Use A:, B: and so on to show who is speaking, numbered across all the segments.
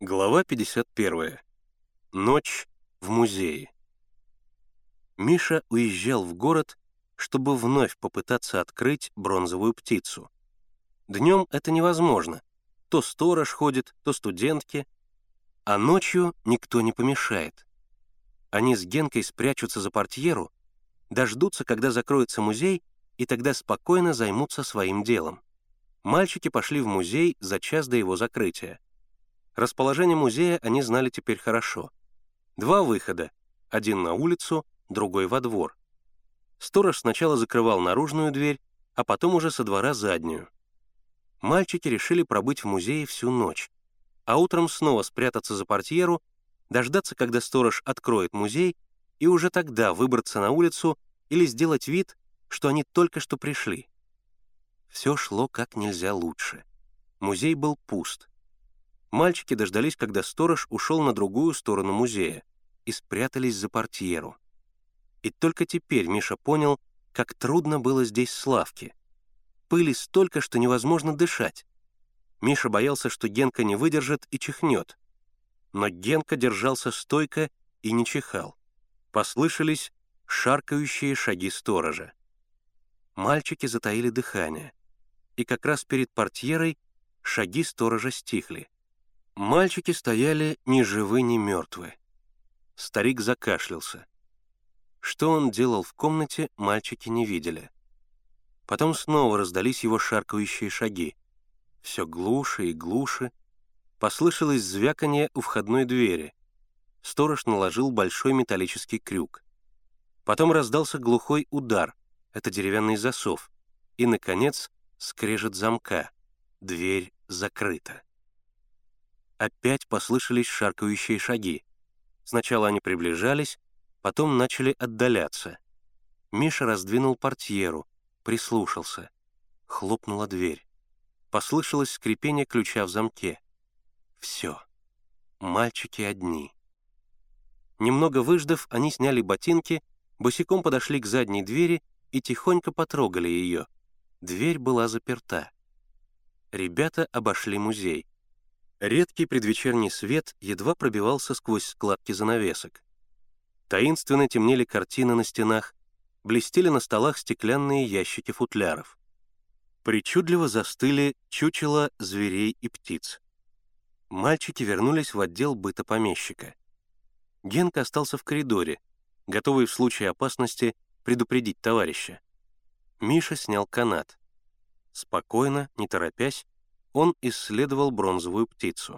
A: Глава 51. Ночь в музее. Миша уезжал в город, чтобы вновь попытаться открыть бронзовую птицу. Днем это невозможно. То сторож ходит, то студентки. А ночью никто не помешает. Они с Генкой спрячутся за портьеру, дождутся, когда закроется музей, и тогда спокойно займутся своим делом. Мальчики пошли в музей за час до его закрытия. Расположение музея они знали теперь хорошо. 2 выхода, один на улицу, другой во двор. Сторож сначала закрывал наружную дверь, а потом уже со двора заднюю. Мальчики решили пробыть в музее всю ночь, а утром снова спрятаться за портьеру, дождаться, когда сторож откроет музей, и уже тогда выбраться на улицу или сделать вид, что они только что пришли. Все шло как нельзя лучше. Музей был пуст. Мальчики дождались, когда сторож ушел на другую сторону музея, и спрятались за портьеру. И только теперь Миша понял, как трудно было здесь Славке. Пыли столько, что невозможно дышать. Миша боялся, что Генка не выдержит и чихнет. Но Генка держался стойко и не чихал. Послышались шаркающие шаги сторожа. Мальчики затаили дыхание. И как раз перед портьерой шаги сторожа стихли. Мальчики стояли ни живы, ни мертвы. Старик закашлялся. Что он делал в комнате, мальчики не видели. Потом снова раздались его шаркающие шаги. Все глуше и глуше. Послышалось звяканье у входной двери. Сторож наложил большой металлический крюк. Потом раздался глухой удар. Это деревянный засов. И, наконец, скрежет замка. Дверь закрыта. Опять послышались шаркающие шаги. Сначала они приближались, потом начали отдаляться. Миша раздвинул портьеру, прислушался. Хлопнула дверь. Послышалось скрипение ключа в замке. Все. Мальчики одни. Немного выждав, они сняли ботинки, босиком подошли к задней двери и тихонько потрогали ее. Дверь была заперта. Ребята обошли музей. Редкий предвечерний свет едва пробивался сквозь складки занавесок. Таинственно темнели картины на стенах, блестели на столах стеклянные ящики футляров. Причудливо застыли чучела зверей и птиц. Мальчики вернулись в отдел быта помещика. Генка остался в коридоре, готовый в случае опасности предупредить товарища. Миша снял канат. Спокойно, не торопясь, он исследовал бронзовую птицу.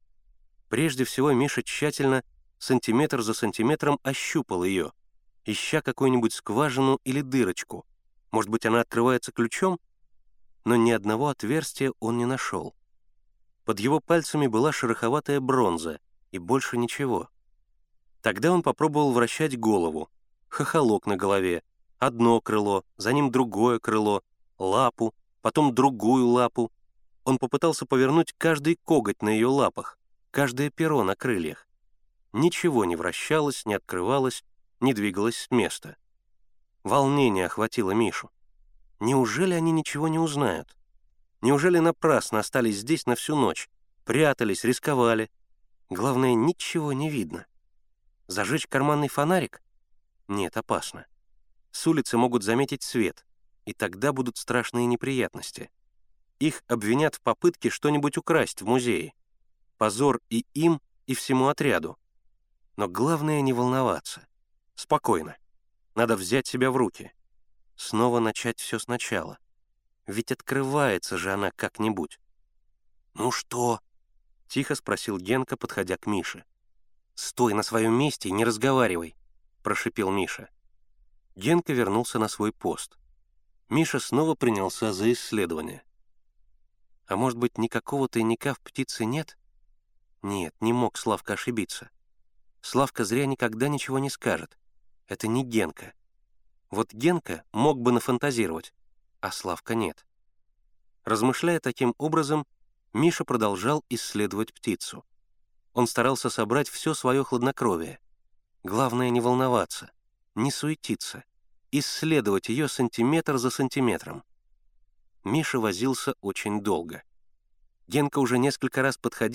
A: Прежде всего Миша тщательно, сантиметр за сантиметром ощупал ее, ища какую-нибудь скважину или дырочку. Может быть, она открывается ключом? Но ни одного отверстия он не нашел. Под его пальцами была шероховатая бронза, и больше ничего. Тогда он попробовал вращать голову, хохолок на голове, одно крыло, за ним другое крыло, лапу, потом другую лапу. Он попытался повернуть каждый коготь на ее лапах, каждое перо на крыльях. Ничего не вращалось, не открывалось, не двигалось с места. Волнение охватило Мишу. Неужели они ничего не узнают? Неужели напрасно остались здесь на всю ночь? Прятались, рисковали. Главное, ничего не видно. Зажечь карманный фонарик? Нет, опасно. С улицы могут заметить свет, и тогда будут страшные неприятности. Их обвинят в попытке что-нибудь украсть в музее. Позор и им, и всему отряду. Но главное не волноваться. Спокойно. Надо взять себя в руки. Снова начать все сначала. Ведь открывается же она как-нибудь. «Ну что?» — тихо спросил Генка, подходя к Мише. «Стой на своем месте и не разговаривай», — прошипел Миша. Генка вернулся на свой пост. Миша снова принялся за исследование. А может быть, никакого тайника в птице нет? Нет, не мог Славка ошибиться. Славка зря никогда ничего не скажет. Это не Генка. Вот Генка мог бы нафантазировать, а Славка нет. Размышляя таким образом, Миша продолжал исследовать птицу. Он старался собрать все свое хладнокровие. Главное не волноваться, не суетиться, исследовать ее сантиметр за сантиметром. Миша возился очень долго. Генка уже несколько раз подходил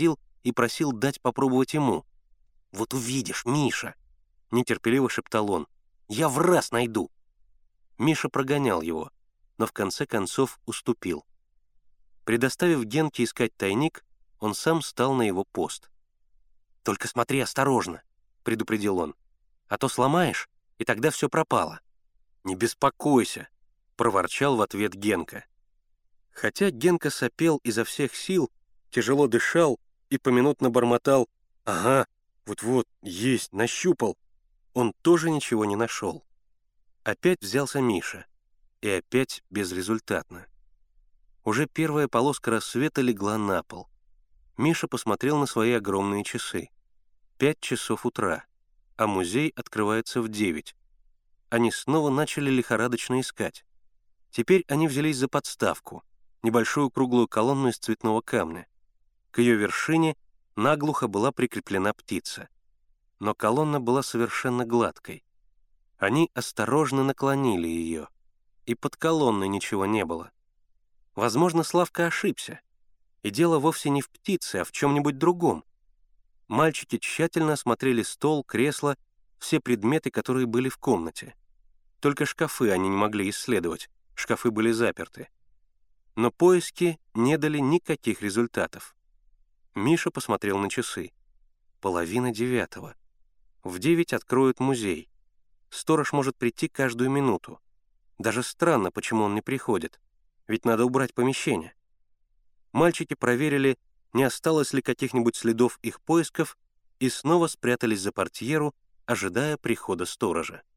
A: и просил дать попробовать ему. «Вот увидишь, Миша!» — нетерпеливо шептал он. «Я в раз найду!» Миша прогонял его, но в конце концов уступил. Предоставив Генке искать тайник, он сам стал на его пост. «Только смотри осторожно», — предупредил он, «а то сломаешь, и тогда все пропало». «Не беспокойся», — проворчал в ответ Генка. Хотя Генка сопел изо всех сил, тяжело дышал и поминутно бормотал: «Ага, вот-вот, есть, нащупал», он тоже ничего не нашел. Опять взялся Миша, и опять безрезультатно. Уже первая полоска рассвета легла на пол. Миша посмотрел на свои огромные часы. 5 часов утра, а музей открывается в 9. Они снова начали лихорадочно искать. Теперь они взялись за подставку, небольшую круглую колонну из цветного камня. К ее вершине наглухо была прикреплена птица. Но колонна была совершенно гладкой. Они осторожно наклонили ее, и под колонной ничего не было. Возможно, Славка ошибся, и дело вовсе не в птице, а в чем-нибудь другом. Мальчики тщательно осмотрели стол, кресло, все предметы, которые были в комнате. Только шкафы они не могли исследовать, шкафы были заперты. Но поиски не дали никаких результатов. Миша посмотрел на часы. 8:30. В 9 откроют музей. Сторож может прийти каждую минуту. Даже странно, почему он не приходит, ведь надо убрать помещение. Мальчики проверили, не осталось ли каких-нибудь следов их поисков, и снова спрятались за портьеру, ожидая прихода сторожа.